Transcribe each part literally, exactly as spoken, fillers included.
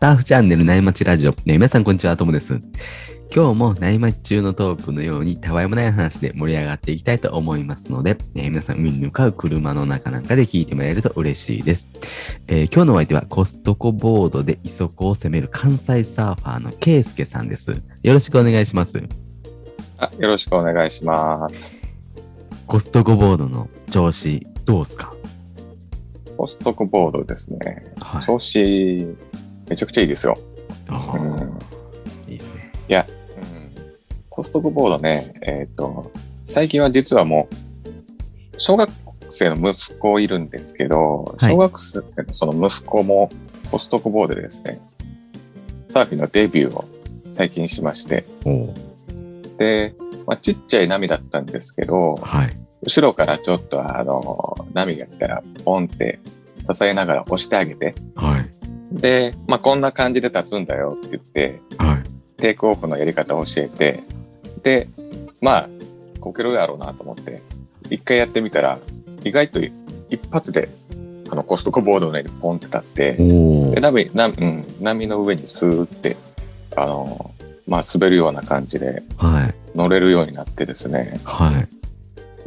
サーフチャンネル内町ラジオ、ね、皆さんこんにちは、ともです。今日も内町中のトークのようにたわいもない話で盛り上がっていきたいと思いますので、ね、皆さん海に向かう車の中なんかで聞いてもらえると嬉しいです。えー、今日のお相手はコストコボードで磯子を攻める関西サーファーのケイスケさんです。よろしくお願いします。 あ、よろしくお願いします。 コストコボードの調子どうすか？ コストコボードですね、はい、調子めちゃくちゃいいですよ。 うん、いいですね。 いや、うん、コストコボードね、えっと最近は実はもう小学生の息子いるんですけど、小学生のその息子もコストコボードでですね、サーフィンのデビューを最近しまして、 おで、まあ、ちっちゃい波だったんですけど、 はい、 後ろからちょっとあの波が来たらポンって支えながら押してあげて、 はい、 で、まあ、こんな感じで立つんだよって言って、 はい、 テイクオフのやり方を教えて、で、まあこけるやろうなと思って一回やってみたら、意外と一発であのコストコボードの上にポンって立って、で 波, 波, うん、波の上にスーってあの、まあ、滑るような感じで乗れるようになってですね、 はい、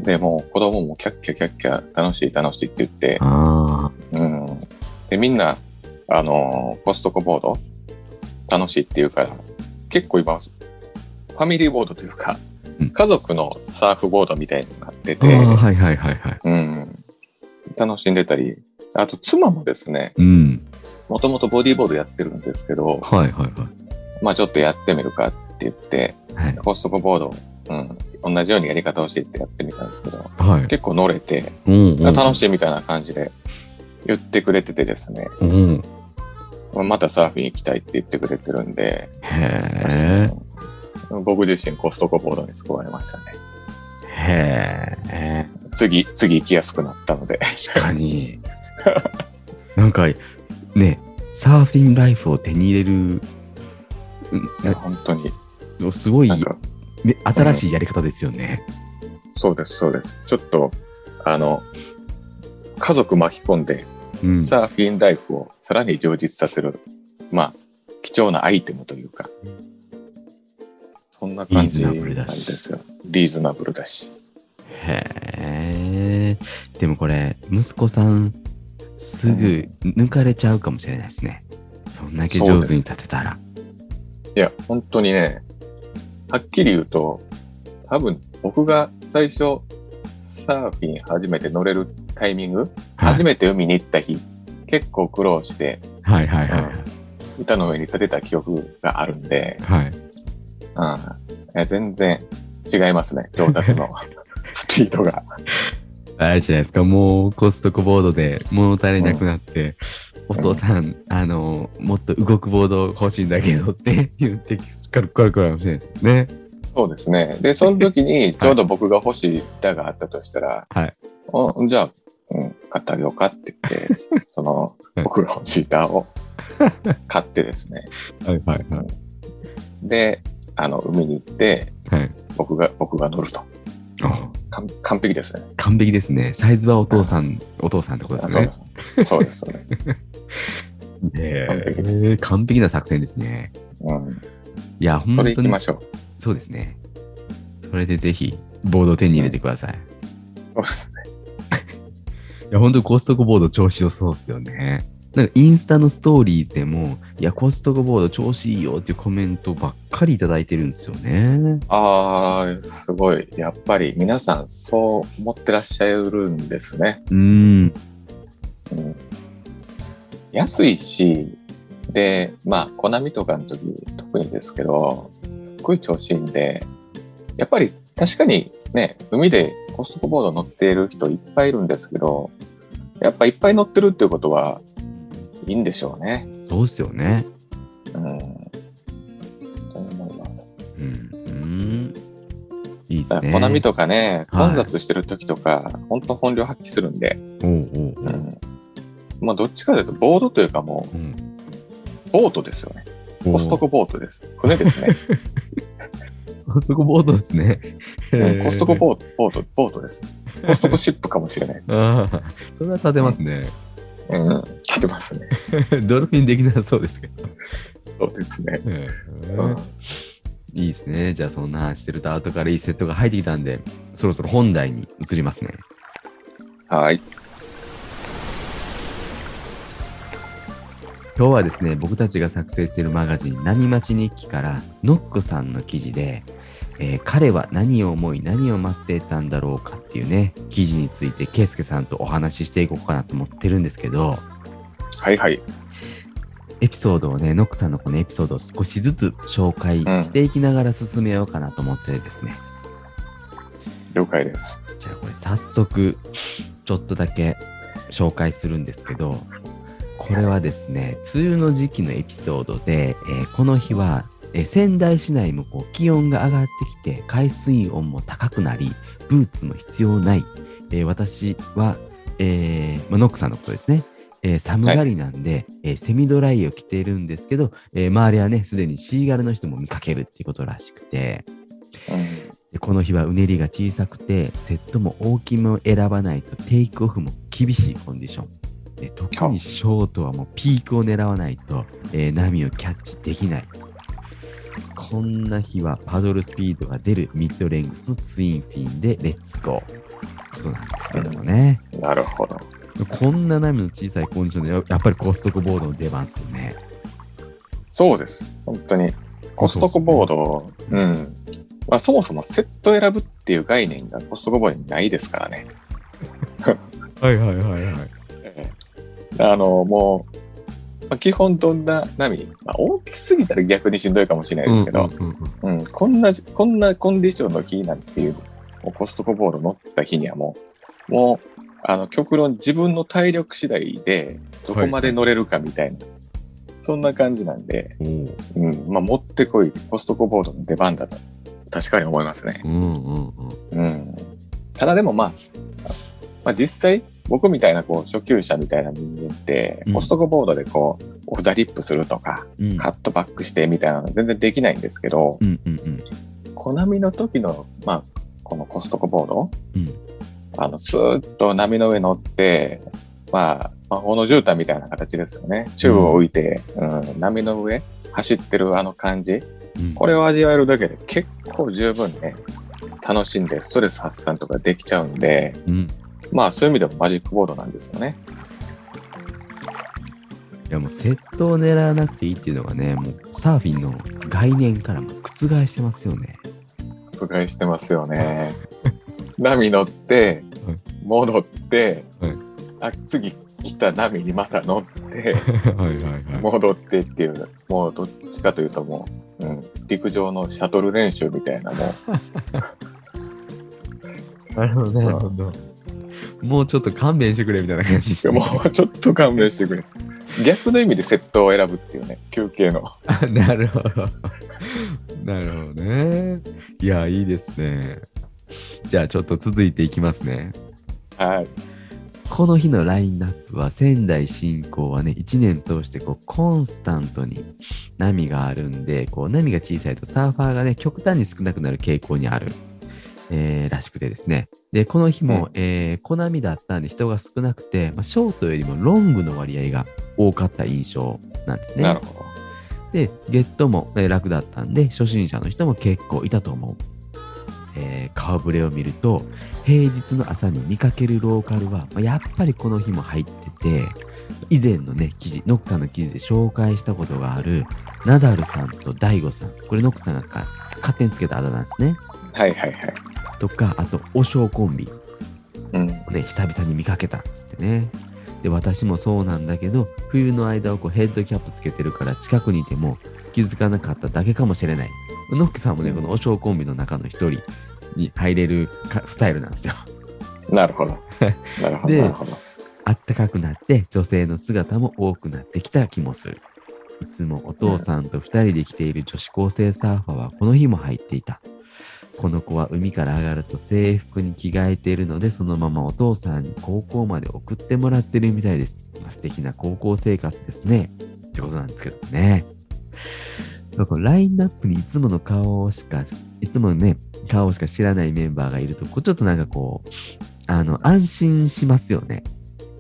でもう子供もキャッキャキャッキャ楽しい楽しいって言って、 あ、 うん、でみんなあのコストコボード楽しいって言うから、結構今ファミリーボードというか、うん、家族のサーフボードみたいになってて、 はいはいはいはい、 うん、楽しんでたり、あと妻もですね、もともとボディーボードやってるんですけど、 はいはいはい、まあちょっとやってみるかって言って、はい、コストコボード、うん、同じようにやり方を教えてやってみたんですけど、はい、結構乗れて、うんうん、楽しいみたいな感じで言ってくれててですね、うん、またサーフィン行きたいって言ってくれてるんで、 へー、僕自身コストコボードに救われましたね。 へー、 次次行きやすくなったので。 確かになんかね、サーフィンライフを手に入れる、 本当にすごい、ね、新しいやり方ですよね、 うん、そうですそうです。ちょっとあの家族巻き込んで、うん、サーフィンライフをさらに充実させる、まあ貴重なアイテムというか、そんな感じなんですよ。リーズナブルだし。 へー、でもこれ息子さんすぐ抜かれちゃうかもしれないですね、うん、そんだけ上手に立てたら。 いや本当にね、はっきり言うと多分僕が最初サーフィン初めて乗れるタイミング、はい、初めて海に行った日結構苦労して、はいはいはい、うん、板の上に立てた記憶があるんで、はい、うん、全然違いますね、上達のスピードが。 あれじゃないですか、もうコストコボードで物足りなくなって、うん、お父さん、うん、あのもっと動くボード欲しいんだけどって言ってかるかるかもしれないですね。 そうですね。でその時にちょうど僕が欲しい板があったとしたら、はい、おじゃあ、うん、買ってあげようかって言ってその僕が欲しい板を買ってですねはいはいはい、 であの海に行って、はい、僕が僕が乗ると。完璧ですね。 完璧ですね。サイズはお父さん、うん、お父さんってことですね。 そうですそうです。 えー、完璧です。完璧な作戦ですね。 うん、 いや本当にそれ行きましょう。 そうですね。それでぜひボードを手に入れてください。 うん、そうですね。 いや本当にコストコボード調子良そうですよね。なんかインスタのストーリーズでも、いやコストコボード調子いいよっていうコメントばっかりいただいてるんですよね。 ああ、すごい。やっぱり皆さんそう思ってらっしゃるんですね。 うん、うん、 安いし、でまあコナミとかの時特にですけど、すっごい調子いいんで、やっぱり確かにね、海でコストコボード乗っている人いっぱいいるんですけど、やっぱいっぱい乗ってるっていうことはいいんでしょうね。 そうですよね。 うん。そう思います。 うん。うん、いいですね。 コナミとかね、混雑してる時とか、本当本領発揮するんで。 おうおうおう、うん。 まあどっちかというとボードというかもう、うん、ボートですよね。コストコボートです。船ですね。 コストコボートですね。 コストコボート、ボート、ボートです。コストコシップかもしれないです。 ああ、それは立てますね。 うん、立てますね。 ドルフィンできなさそうですけど。 そうですね。 うん、 うん、 いいですね。じゃあそんな話してると後からいいセットが入ってきたんで、そろそろ本題に移りますね。 はい。 今日はですね、僕たちが作成しているマガジン何待ち日記からノックさんの記事で、えー彼は何を思い何を待っていたんだろうかっていうね、記事についてケイスケさんとお話ししていこうかなと思ってるんですけど、 はいはい。 エピソードをね、ノックさんのこのエピソードを少しずつ紹介していきながら進めようかなと思ってですね。 了解です。 じゃあこれ早速ちょっとだけ紹介するんですけど、これはですね、梅雨の時期のエピソードで、えーこの日は、えー仙台市内もこう気温が上がってきて海水温も高くなり、ブーツも必要ない、えー私は、えーまあ、ノックさんのことですね、えー寒がりなんで、えーセミドライを着ているんですけど、えー周りはねすでにシーガルの人も見かけるっていうことらしくて、 うんでこの日はうねりが小さくてセットも大きめを選ばないとテイクオフも厳しいコンディションで、特にショートはもうピークを狙わないと、えー波をキャッチできない。こんな日はパドルスピードが出るミッドレングスのツインフィンでレッツゴーことなんですけどもね、 なるほど。 こんな波の小さいコンディションでややっぱりコストコボードの出番ですよね。 そうです。本当に。コストコボード、うん。まあ、そもそもセット選ぶっていう概念がコストコボードにないですからね。 はいはいはいはい。 ええあの、もう、まあ、基本どんな波、まあ、大きすぎたら逆にしんどいかもしれないですけど、 うんうんうんうん、こんな、こんなコンディションの日なんていう、もうコストコボード乗った日にはもう、もう、あの、極論自分の体力次第で、どこまで乗れるかみたいな、そんな感じなんで、 うんうん、まあ、持ってこい、コストコボードの出番だと、確かに思いますね。 うんうんうんうん。ただでもまあ、まあ、実際、僕みたいなこう初級者みたいな人間って、 うんコストコボードでこう、オフザリップするとか、 うんカットバックしてみたいなの全然できないんですけど、 うんうんうんコナミの時の、まあ、このコストコボード、 うんあの、スーッと波の上乗って、まあ、魔法の絨毯みたいな形ですよね。宙を浮いて、うん波の上走ってるあの感じ、 うんこれを味わえるだけで結構十分ね、楽しんでストレス発散とかできちゃうんで、 うんまあそういう意味でもマジックボードなんですよね。 いやもうセットを狙わなくていいっていうのがね、もうサーフィンの概念からも覆してますよね。 覆してますよね。波乗ってはい、 戻って、 はいあ次来た波にまた乗って、 はいはいはい。 戻ってっていう、もうどっちかというともう、うん、陸上のシャトル練習みたいなもなるほどなるほど。もうちょっと勘弁してくれみたいな感じですう、 ね。 もうちょっと勘弁してくれ。逆の意味でセットを選ぶっていうね、休憩の。 あなるほど。なるほどね。いや、いいですね。じゃあちょっと続いていきますね。 はい。 この日のラインナップは仙台新港はね、いちねん通してこうコンスタントに波があるんで、こう波が小さいとサーファーがね、極端に少なくなる傾向にある、えーらしくてですね。で、この日も、 うんえー小波だったんで人が少なくて、まあ、ショートよりもロングの割合が多かった印象なんですね。 なるほど。 で、ゲットも、えー楽だったんで、初心者の人も結構いたと思う。えー顔ぶれを見ると、平日の朝に見かけるローカルは、まあやっぱりこの日も入ってて、以前のね、記事、ノックさんの記事で紹介したことがある、ナダルさんとダイゴさん。これノックさんがか勝手につけたあだなんですね。 はいはいはい。 とか、あと、お尚コンビうん。 をね、久々に見かけたんですってね。で、私もそうなんだけど、冬の間をこうヘッドキャップつけてるから近くにいても気づかなかっただけかもしれない。ノックさんもね、このお尚コンビの中の一人に入れるかスタイルなんですよ。 なるほど。なるほど。 でなるほど。 あったかくなって女性の姿も多くなってきた気もする。いつもお父さんと二人で来ている女子高生サーファーはこの日も入っていた。この子は海から上がると制服に着替えているので、そのままお父さんに高校まで送ってもらってるみたいです。まあ素敵な高校生活ですね。ってことなんですけどね。だからラインナップにいつもの顔しか、いつもね、顔しか知らないメンバーがいると、こうちょっとなんかこう、あの、安心しますよね。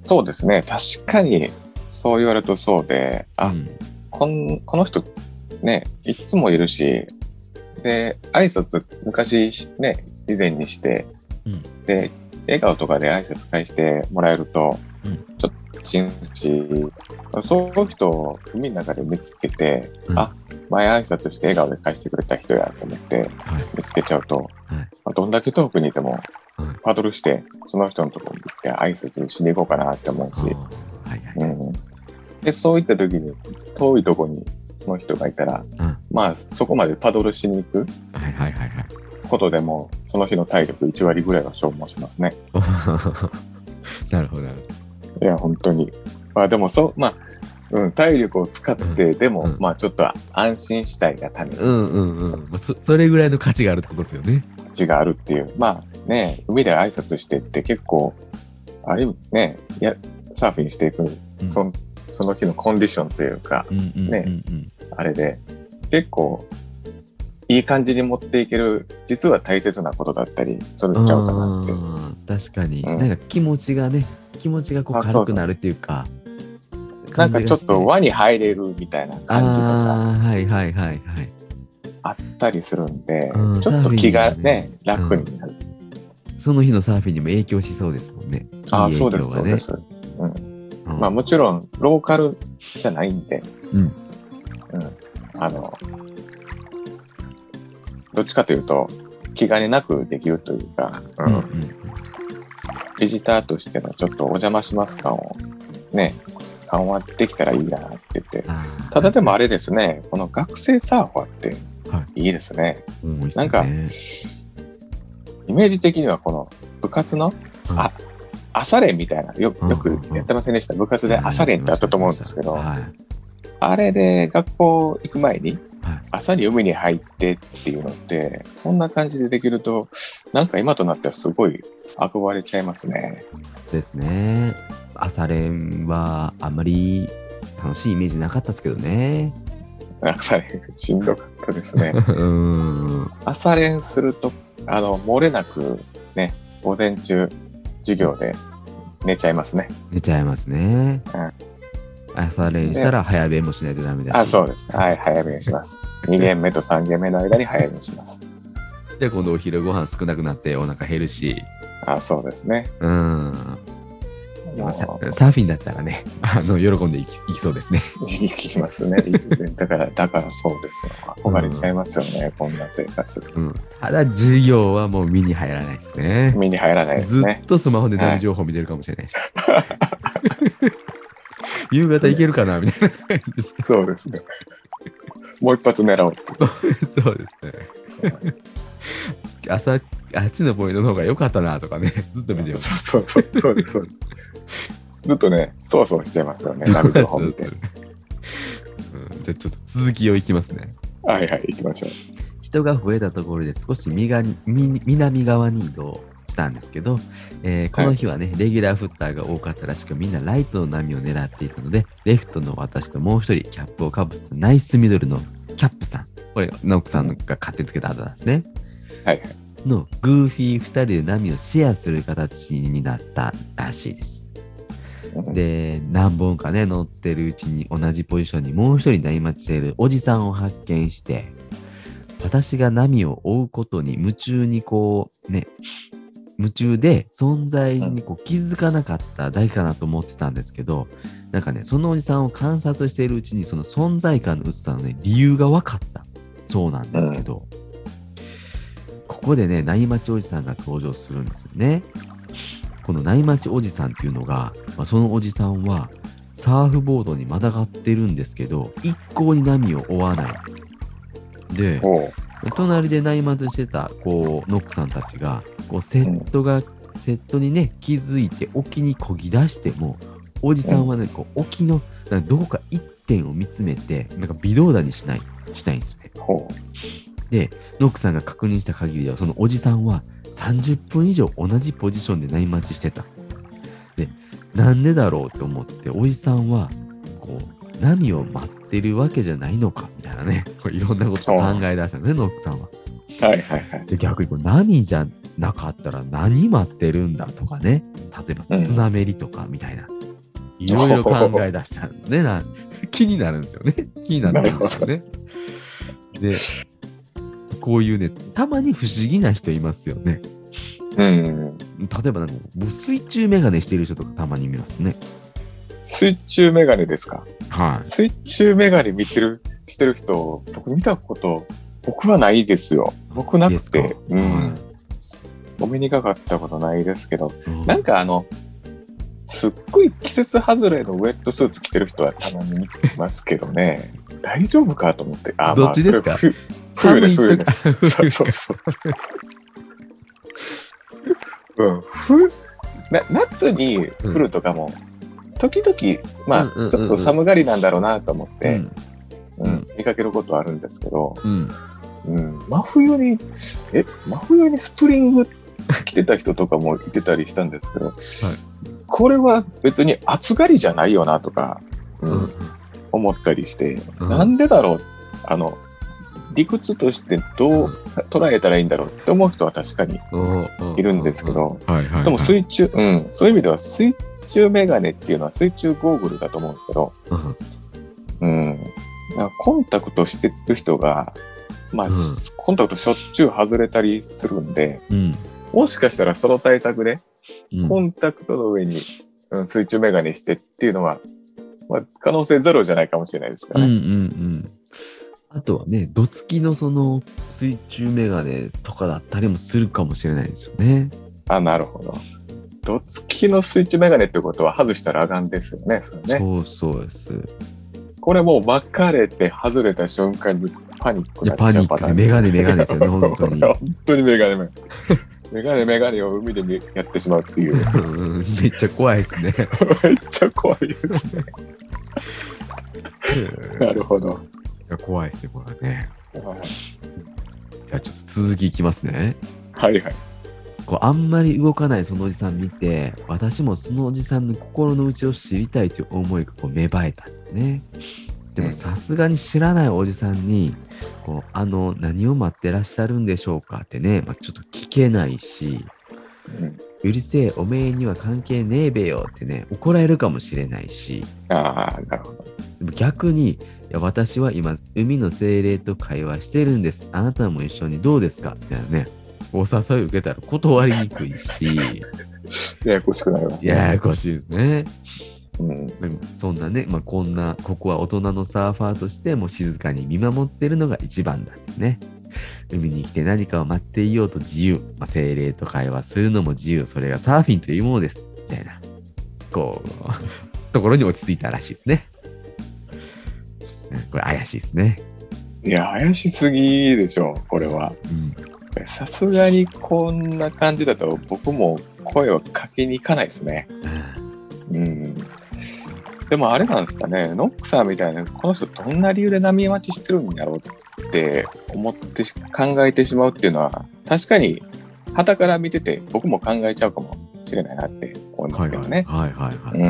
そうですね。確かにそう言われるとそうで、あ、うん、こんこの人ね、いつもいるし、で、挨拶昔ね、以前にして、うん、で、笑顔とかで挨拶返してもらえると、うん、ちょっと安心し、そういう人を海の中で見つけて、うん、あ、前挨拶して笑顔で返してくれた人やと思って見つけちゃうと、はいはい、どんだけ遠くにいても、はい、パドルしてその人のところに行って挨拶しに行こうかなって思うし、はいはい、うん、でそういった時に遠いところにその人がいたら、うん、まあそこまでパドルしに行くことでもその日の体力いち割ぐらいは消耗しますね。 なるほど。 いや本当に、まあでもそうまあ、うん、体力を使って、うん、でも、うん、まあちょっと安心したいがために、 うんうんうん、そ, それぐらいの価値があるってことですよね。 価値があるっていう、まあね、海で挨拶してって結構あれね、やサーフィンしていく、うん、そ, その日のコンディションというか、うんうんうんうん、ね、あれで結構いい感じに持っていける、実は大切なことだったりするんちゃうかなって。 確かに、うん、なんか気持ちがね、気持ちがこう軽くなるっていうか、 そうそう、なんかちょっと輪に入れるみたいな感じとか、 はいはいはいはい、 あったりするんで、うん、ちょっと気がね、楽になる、 うん。その日のサーフィンにも影響しそうですもんね。 ああ、そうですそうです。うんうん、まあもちろんローカルじゃないんで、うんうん、あのどっちかというと気兼ねなくできるというか、うんうんうん、ビジターとしてのちょっとお邪魔します感をね、緩和できたらいいなって言って、ただでもあれですね、この学生サーファーっていいですね、はい、なんかイメージ的にはこの部活の、うん、あ朝練みたいな よ, よくやってませんでした、うんうん、部活で朝練ってあったと思うんですけど、はい、あれで学校行く前に朝に海に入ってっていうのってこんな感じでできるとなんか今となってはすごい憧れちゃいますね。 ですね。朝練はあんまり楽しいイメージなかったですけどね。 朝練しんどかったですね。うん朝練するとあの漏れなくね、午前中授業で寝ちゃいますね。 寝ちゃいますね。うん、朝練したら早弁もしないとダメだし。 あ、そうです。はい、早弁します。に限目とさん限目の間に早弁します。 で、今度お昼ご飯少なくなってお腹減るし。 あ、そうですね。 うん。サ, サーフィンだったらね、あの喜んでい き, いきそうですね。 いきますね。だから、だからそうですよ。憧れちゃいますよね、うん、こんな生活。 うん。ただ、授業はもう身に入らないですね。 身に入らないですね。 ずっとスマホで何情報見てるかもしれないです。はい、夕方行けるかなみたいな。 そうですね。もう一発狙おう。 そうですね。朝、あっちのポイントの方が良かったなとかね、ずっと見てます。 そうそうそう、そうです、そうです。ずっとね、そわそわしちゃいますよね、ナビの方見て。うん、 じゃあちょっと続きをいきますね。 はいはい、行きましょう。 人が増えたところで少しみがにみ南側に移動したんですけど、えー、この日はね、はい、レギュラーフッターが多かったらしく、みんなライトの波を狙っていたので、レフトの私ともう一人キャップをかぶったナイスミドルのキャップさん、これノックさんが勝手につけた後なんですね。 はいはい。 のグーフィーふたりで波をシェアする形になったらしいです。で、何本かね乗ってるうちに同じポジションにもう一人波待ちしているおじさんを発見して、私が波を追うことに夢中にこうね夢中で存在にこう気づかなかった誰かなと思ってたんですけど、なんかねそのおじさんを観察しているうちにその存在感の薄さのね理由が分かったそうなんですけど、ここでね波待ちおじさんが登場するんですよね。この波待ちおじさんっていうのが、まあ、そのおじさんはサーフボードにまたがってるんですけど一向に波を追わないで、隣で波待ちしてたこうノックさんたちがこうセットが、うん、セットにね気づいて沖に漕ぎ出してもおじさんはね、うん、こう沖のなんかどこか一点を見つめてなんか微動だにしないしたいんですよね。ほうでノックさんが確認した限りではそのおじさんはさんじゅっぷん以上同じポジションで波待ちしてた。でなんでだろうと思っておじさんはこう波を待ってるわけじゃないのかみたいなねいろんなことを考え出したんですねノックさんは。 はいはいはい。 で逆にこう波じゃなかったら何待ってるんだとかね、例えばスナメリとかみたいな、うん、 いろいろ考え出したのねな。気になるんですよね。気になってるんですよね。で、こういうね、たまに不思議な人いますよね。 うん。 例えばなんか、水中メガネしてる人とかたまに見ますね。 水中メガネですか？ はい。 水中メガネ見てる、してる人、僕見たこと、僕はないですよ。僕なくて。うん。はい、お目にかかったことないですけど、うん、なんかあの、すっごい季節外れのウェットスーツ着てる人はたまに見ますけどね、大丈夫かと思って。あ、 どっちですか？ 冬です、冬です。そうそうそう。うん、冬な夏に降るとかも、うん、時々、まあ、うんうんうんうん、ちょっと寒がりなんだろうなと思って、うんうん、見かけることはあるんですけど、うんうん、真冬に、え、真冬にスプリング着てた人とかもいてたりしたんですけど、はい、これは別に暑がりじゃないよなとか、うんうん、思ったりして、うん、なんでだろう、あの、理屈としてどう捉えたらいいんだろうって思う人は確かにいるんですけど、でも水中、うん、そういう意味では水中メガネっていうのは水中ゴーグルだと思うんですけど、うん、うん、コンタクトしてる人が、まあ、うん、コンタクトしょっちゅう外れたりするんで、うん、もしかしたらその対策で、うん、コンタクトの上に、うん、水中メガネしてっていうのは、まあ、可能性ゼロじゃないかもしれないですからね。うんうんうん、 あとはね、どつきのその水中メガネとかだったりもするかもしれないですよね。 あ、なるほど。どつきの水中メガネってことは外したらあかんですよね。それね。 そうそうです。 これもう巻かれて外れた瞬間にパニックになっちゃうパターンです。 パニックですね。メガネメガネですよね、本当に。 本当にメガネメガネ。メガネメガネを海でやってしまうっていう。 めっちゃ怖いですね。 めっちゃ怖いですね。なるほど。 いや怖いですね、これね。じゃあちょっと続きいきますね。 はいはい。 こうあんまり動かないそのおじさん見て、私もそのおじさんの心の内を知りたいという思いがこう芽生えたんですね。でもさすがに知らないおじさんに、こうあの何を待ってらっしゃるんでしょうかってね、まあ、ちょっと聞けないし、うん、うるせえおめえには関係ねえべよってね怒られるかもしれないし、 ああなるほど。 でも逆にいや私は今海の精霊と会話してるんです。あなたも一緒にどうですかみたいなね。お誘い受けたら断りにくいし、 ややこしくなりますね。 ややこしいですね。 うん、 そんなね、まあ、こんなここは大人のサーファーとしてもう静かに見守ってるのが一番だってね。海に来て何かを待っていようと自由、まあ、精霊と会話するのも自由、それがサーフィンというものですみたいなこうところに落ち着いたらしいですね。これ怪しいですね。 いや怪しすぎでしょこれは。さすがにこんな感じだと僕も声をかけに行かないですね。うん。でもあれなんですかね、ノックさんみたいなこの人どんな理由で波待ちしてるんやろうって思って考えてしまうっていうのは確かに傍から見てて僕も考えちゃうかもしれないなって思いますけどね。 はいはいはいはい、 うん。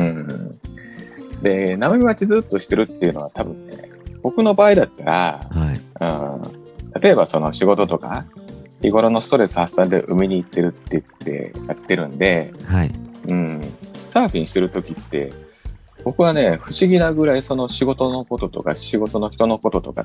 で波待ちずっとしてるっていうのは多分ね僕の場合だったら、はいうん、例えばその仕事とか日頃のストレス発散で海に行ってるって言ってやってるんで、はいうん、サーフィンしてる時って僕はね不思議なぐらいその仕事のこととか仕事の人のこととかって、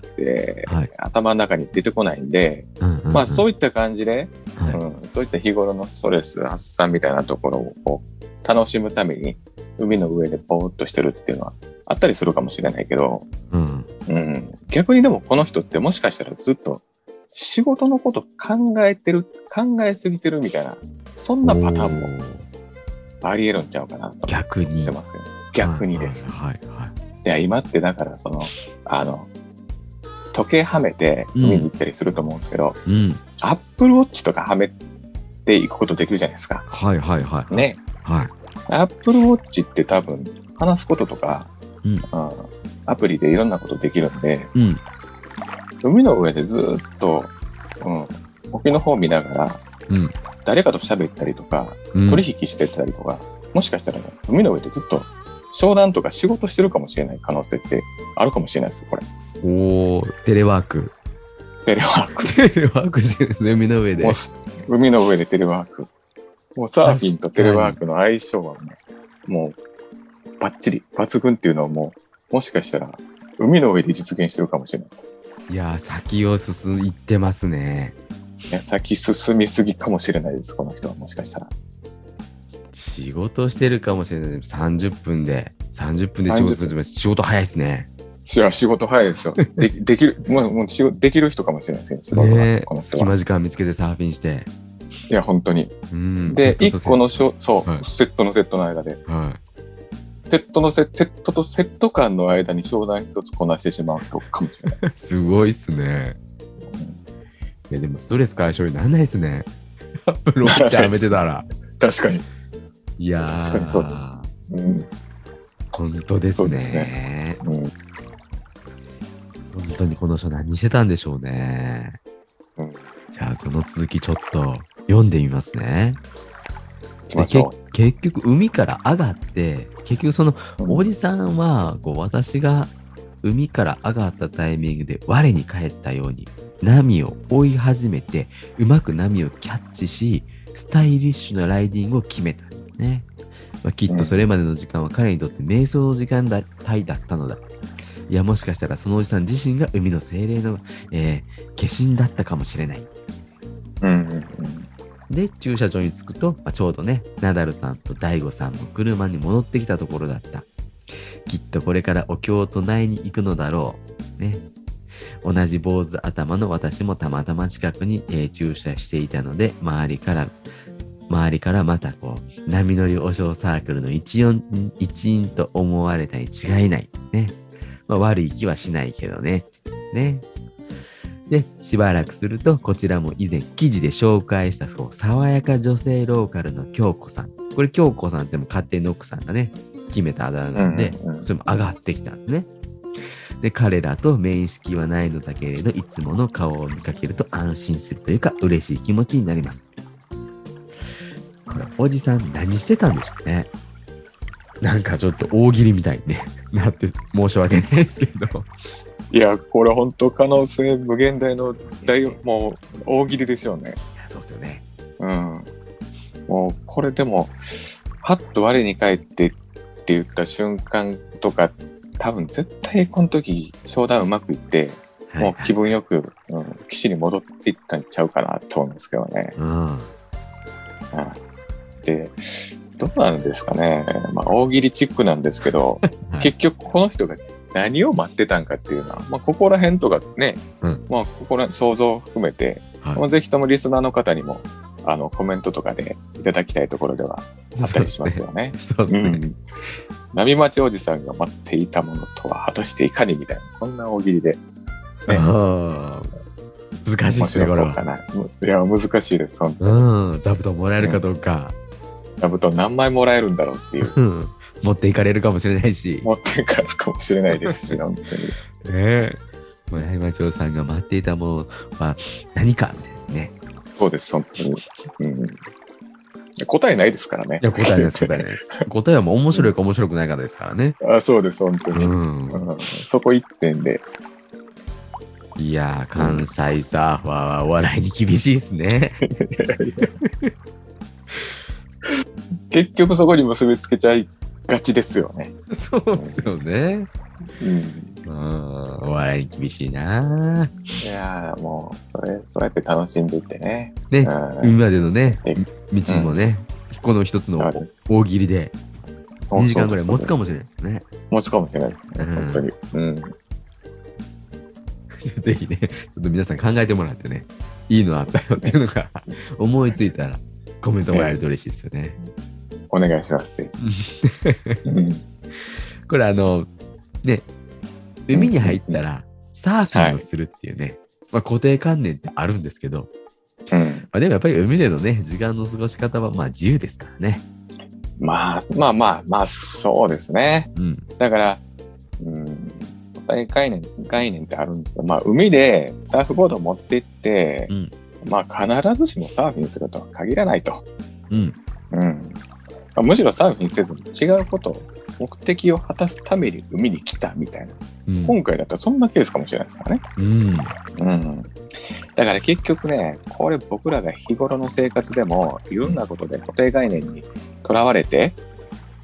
はい、頭の中に出てこないんで、うんうんうん、まあそういった感じで、はいうん、そういった日頃のストレス発散みたいなところを楽しむために海の上でポーっとしてるっていうのはあったりするかもしれないけど、うんうん、逆にでもこの人ってもしかしたらずっと仕事のこと考えてる考えすぎてるみたいなそんなパターンもありえるんちゃうかなと思ってますよね。逆にです。はいはいはい。いや今ってだからそのあの時計はめて海に行ったりすると思うんですけど、うん、アップルウォッチとかはめていくことできるじゃないですか。 はいはいはい。 ね。 はい。 アップルウォッチって多分話すこととか、うんうん、アプリでいろんなことできるんで、うん、海の上でずっと、うん、沖の方見ながら、うん、誰かと喋ったりとか、うん、取引してたりとか、もしかしたらね海の上でずっと商談とか仕事してるかもしれない可能性ってあるかもしれないですよこれ。 おーテレワークテレワークテレワークしてるんですね海の上で。 海の上でテレワークもうサーフィンとテレワークの相性はもうもうバッチリ抜群っていうのをもうもしかしたら海の上で実現してるかもしれない。 いやー、先を進んでますね。 いや先進みすぎかもしれないです、この人は。もしかしたら仕事してるかもしれない。さんじゅっぷんでさんじゅっぷんで仕事する。仕事早いですね。 いや仕事早いですよ。で, できるもうもう仕事できる人かもしれないですね。仕事がねえ、 この人隙間は。 時間見つけてサーフィンして。 いや本当に。 うん、 でいっこのしょそう、 はい、 セットのセットの間で、 はい、 セットのセセットとセット間の間に商談一つこなしてしまう人かもしれない。 すごいっすね。いやでもストレス解消にならないですね。アップローチやめてたら。 確かに。 いやー、 確かにそうだ。うん、 本当ですね。 そうですね。うん、 本当にこの人何してたんでしょうね。 うん、 じゃあその続きちょっと読んでみますね。 でけ結局海から上がって結局そのおじさんはこう私が海から上がったタイミングで我に返ったように波を追い始めてうまく波をキャッチしスタイリッシュなライディングを決めたんですね。まあ、きっとそれまでの時間は彼にとって瞑想の時間だったのだ。いやもしかしたらそのおじさん自身が海の精霊の、えー、化身だったかもしれない。 うんうんうん、 で駐車場に着くと、まあ、ちょうどねナダルさんと大悟さんも車に戻ってきたところだった。きっとこれからお経を唱えに行くのだろうね。同じ坊主頭の私もたまたま近くに、えー、駐車していたので周りから周りからまたこう波乗りお尚サークルの一員一員と思われたに違いないね。まあ、悪い気はしないけどねね。でしばらくするとこちらも以前記事で紹介したそう爽やか女性ローカルの京子さん。これ京子さんっても勝手に奥さんがね決めたあだ名なんで、うんうんうん、それも上がってきたんですね。で彼らと面識はないのだけれどいつもの顔を見かけると安心するというか嬉しい気持ちになります。これおじさん何してたんでしょうね。なんかちょっと大喜利みたいに、ね、なって申し訳ないですけどいやこれ本当可能性無限大の大もう大喜利でしょうね。 いやそうですよね。 うん。もうこれでもはっと我に返ってって言った瞬間とか多分絶対この時商談うまくいって、はい、もう気分よく、うん、岸に戻っていったんちゃうかなと思うんですけどね。 うん。 でどうなんですかね、まあ、大喜利チックなんですけど、はい、結局この人が何を待ってたんかっていうのは、まあ、ここら辺とかね、うんまあ、ここら想像を含めて、はいまあ、ぜひともリスナーの方にもあのコメントとかでいただきたいところではあったりしますよね。 そうですね。うん、 波町おじさんが待っていたものとは果たしていかにみたいなこんな大喜利で、ね、 あ難しいですねこれは。 いや難しいです本当に。 うん座布団もらえるかどうか。 座布団何枚もらえるんだろうっていう。 うん持っていかれるかもしれないし。 持っていかれるかもしれないですし本当に。ねえ。波町さんが待っていたものは何かみたいなね。 そうです本当に。うん答えないですからね。 いや答えないです答えないです。答えはもう面白いか面白くないかですからね。 あそうです本当に、うんうん。そこ一点で。 いやー関西サーファーはお笑いに厳しいですね。 結局そこに結びつけちゃいがちですよね。 そうですよね。うん。うん、お笑いに厳しいな。 いやもうそれそうやって楽しんでいってね。 ね、うん、海までのね道もね、うん、この一つの大喜利でにじかんぐらい持つかもしれないですね。 持つかもしれないですね、うん、本当に。うん。 ぜひね、ちょっと皆さん考えてもらってね、いいのあったよっていうのが思いついたらコメントもらえると嬉しいですよね。 お願いします。 これあのね。海に入ったらサーフィンをするっていうね、はいまあ、固定観念ってあるんですけど、うんまあ、でもやっぱり海でのね時間の過ごし方はまあ自由ですからね。 まあまあまあまあそうですね、うん、だから、うん、概念概念ってあるんですけど、まあ、海でサーフボードを持って行って、うんまあ、必ずしもサーフィンするとは限らないと、うんうんまあ、むしろサーフィンせずに違うことを目的を果たすために海に来たみたいな、うん、今回だったらそんなケースかもしれないですからね、うんうん、だから結局ねこれ僕らが日頃の生活でもいろんなことで固定概念にとらわれて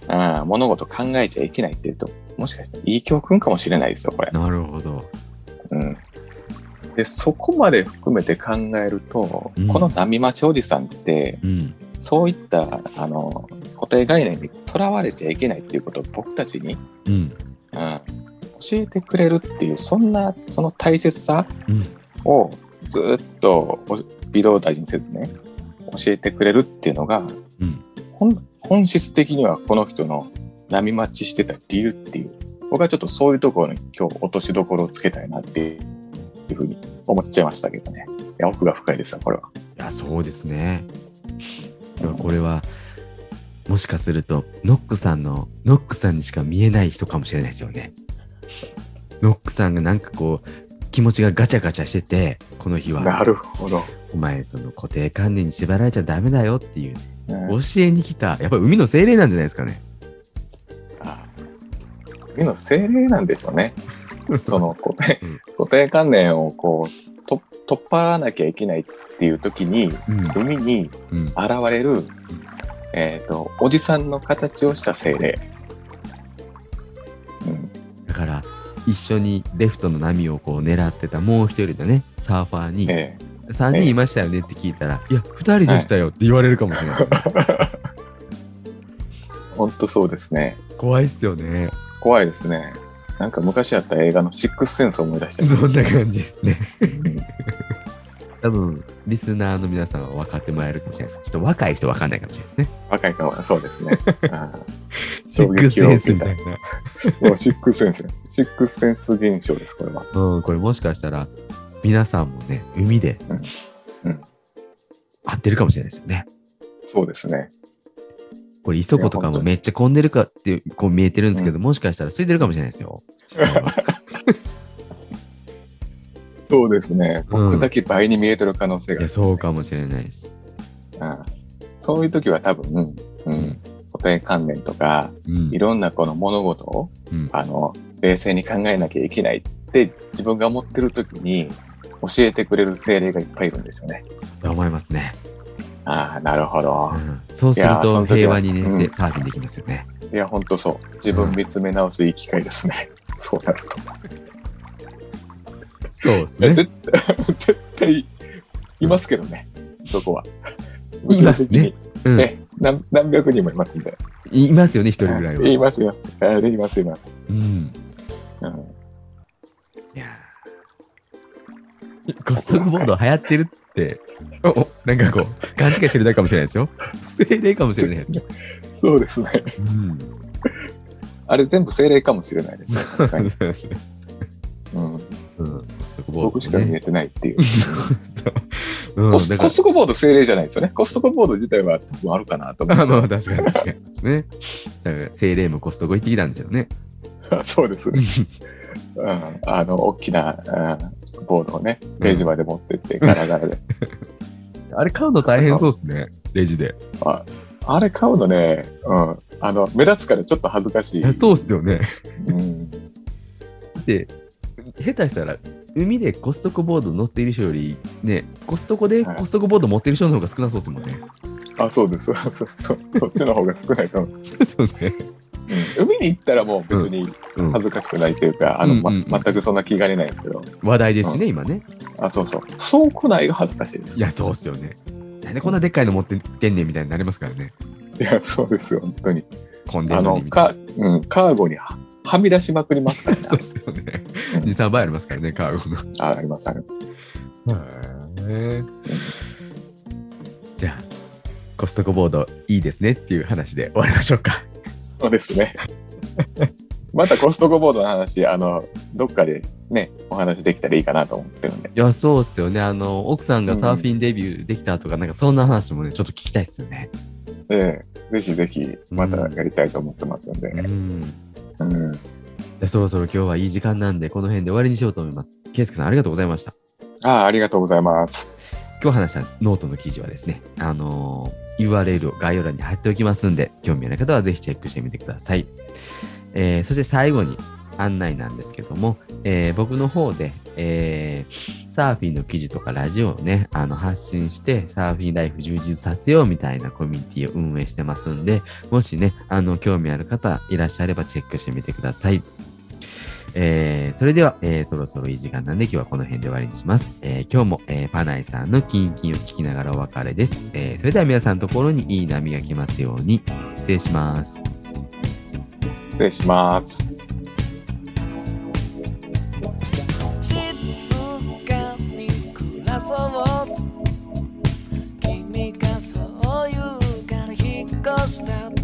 あ物事考えちゃいけないって言うと、もしかしたらいい教訓かもしれないですよ、これ。 なるほど。 うん。で、そこまで含めて考えると、 うん、 この波町おじさんって、 うん、 そういったあの固定概念にとらわれちゃいけないっていうことを僕たちに、 うん、 うん、教えてくれるっていう、そんなその大切さをずっと微動だにせずね、教えてくれるっていうのが、 うん、 本本質的にはこの人の波待ちしてた理由っていう、僕はちょっとそういうところに今日落としどころをつけたいなっていうふうに思っちゃいましたけどね。いや、奥が深いですよ、これは。 いや、そうですね。これはもしかするとノックさんのノックさんにしか見えない人かもしれないですよね。ノックさんがなんかこう気持ちがガチャガチャしてて、この日はなるほど、 お前その固定観念に縛られちゃダメだよっていう、 うん、 教えに来た、やっぱり海の精霊なんじゃないですかね。 ああ、海の精霊なんでしょうね。その固定、うん、固定観念をこうと取っ払わなきゃいけないっていう時に、うん、海に現れる、うん、えーと、おじさんの形をした精霊、 うん、だから一緒にレフトの波をこう狙ってたもう一人のねサーファーに、えー、さんにんいましたよねって聞いたら、えー、いやふたりでしたよって言われるかもしれない、はい、 本当そうですね。 怖いっすよね。 怖いですね。なんか昔あった映画のシックスセンスを思い出してそんな感じですね。多分リスナーの皆さんは分かってもらえるかもしれないです。ちょっと若い人分かんないかもしれないですね。 若いかも、そうですね。 シックスセンスみたいな。 もうシックスセンス、シックスセンス現象です、これは。 うん、これもしかしたら皆さんもね海で、うんうん、会ってるかもしれないですよね。 そうですね。 これ磯子とかもめっちゃ混んでるかってこう見えてるんですけど、うん、もしかしたら空いてるかもしれないですよ。 そうですね。僕だけ倍に見えてる可能性が、ね、 うん、いやそうかもしれないです。 うん、そういう時は多分、うんうん、固定観念とか、うん、いろんなこの物事を、うん、あの冷静に考えなきゃいけないって自分が思ってる時に教えてくれる精霊がいっぱいいるんですよね。 思いますね。 ああ、なるほど、 うん。そうすると平和にね、うん、サーフィンできますよね。 いや、本当そう。自分見つめ直すいい機会ですね。うん、そうなると。 そうですね。 絶対、絶対いますけどね、そこは。 いますね。 うん、ね、何、何百人もいますんで。 いますよね、一人ぐらいは。 いますよ。いますいます。うん。うん、 いやコストコボード流行ってるって、おなんかこう、勘違いしてるだけかもしれないですよ。精霊かもしれないですね。 そうですね。うん、あれ全部精霊かもしれないですよ。確かに。うんうん、僕しか見えてないっていう。うん、コス、コストコボード精霊じゃないですよね。コストコボード自体は多分あるかなと思う。 あまあ確かに確かにですね。だから精霊もコストコ行ってきたんでしょうね。 そうですね。うん、あの大きな、うん、ボードをねレジまで持ってってガラガラで。 あれ買うの大変そうですね。レジで。 あ、あれ買うのね、うん、あの目立つからちょっと恥ずかしい。 そうっすよね。 うん、 で。下手したら海でコストコボード乗っている人よりね、コストコでコストコボード持っている人の方が少なそうですもんね。 はい、あ、そうです。そ, そ, そ, そっちの方が少ないと思う。 そうね、 うん。海に行ったらもう別に恥ずかしくないというか、うんうん、あの、ま、全くそんな気兼ねないんですけど。 話題ですしね、うん、今ね。 あ、そうそう。そう来ないが恥ずかしいです。 いや、そうっすよね。なんでこんなでっかいの持ってってんねんみたいになりますからね。 いや、そうですよ、本当に。 混んでるのにみたいな。 あの、か、うん、カーゴにはみ出しまくりますからね。 そうですよね。に、さんばいありますからね、カーゴの。 あ、あります、ある。 へー。じゃあ、コストコボードいいですねっていう話で終わりましょうか。 そうですね。またコストコボードの話、あの、どっかでね、お話できたらいいかなと思ってるんで。 いや、そうっすよね。あの、奥さんがサーフィンデビューできたとか、うん、なんかそんな話もね、ちょっと聞きたいっすよね。 ええ、ぜひぜひ、またやりたいと思ってますんで。うん。 うん、でそろそろ今日はいい時間なんでこの辺で終わりにしようと思います。圭介さんありがとうございました。 ああ、ありがとうございます。 今日話したノートの記事はですね、あのー、ユーアールエル を概要欄に貼っておきますんで興味ある方はぜひチェックしてみてください。えー、そして最後に案内なんですけども、えー僕の方で、えーサーフィンの記事とかラジオをね、あの発信して、サーフィンライフ充実させようみたいなコミュニティを運営してますんで、もしね、あの、興味ある方いらっしゃればチェックしてみてください。えーそれでは、えーそろそろいい時間なんで今日はこの辺で終わりにします。えー今日も、えーパナイさんのキンキンを聞きながらお別れです。えーそれでは皆さんのところにいい波が来ますように、失礼します。 失礼します。 静かに暮らそう君がそう言うから引っ越した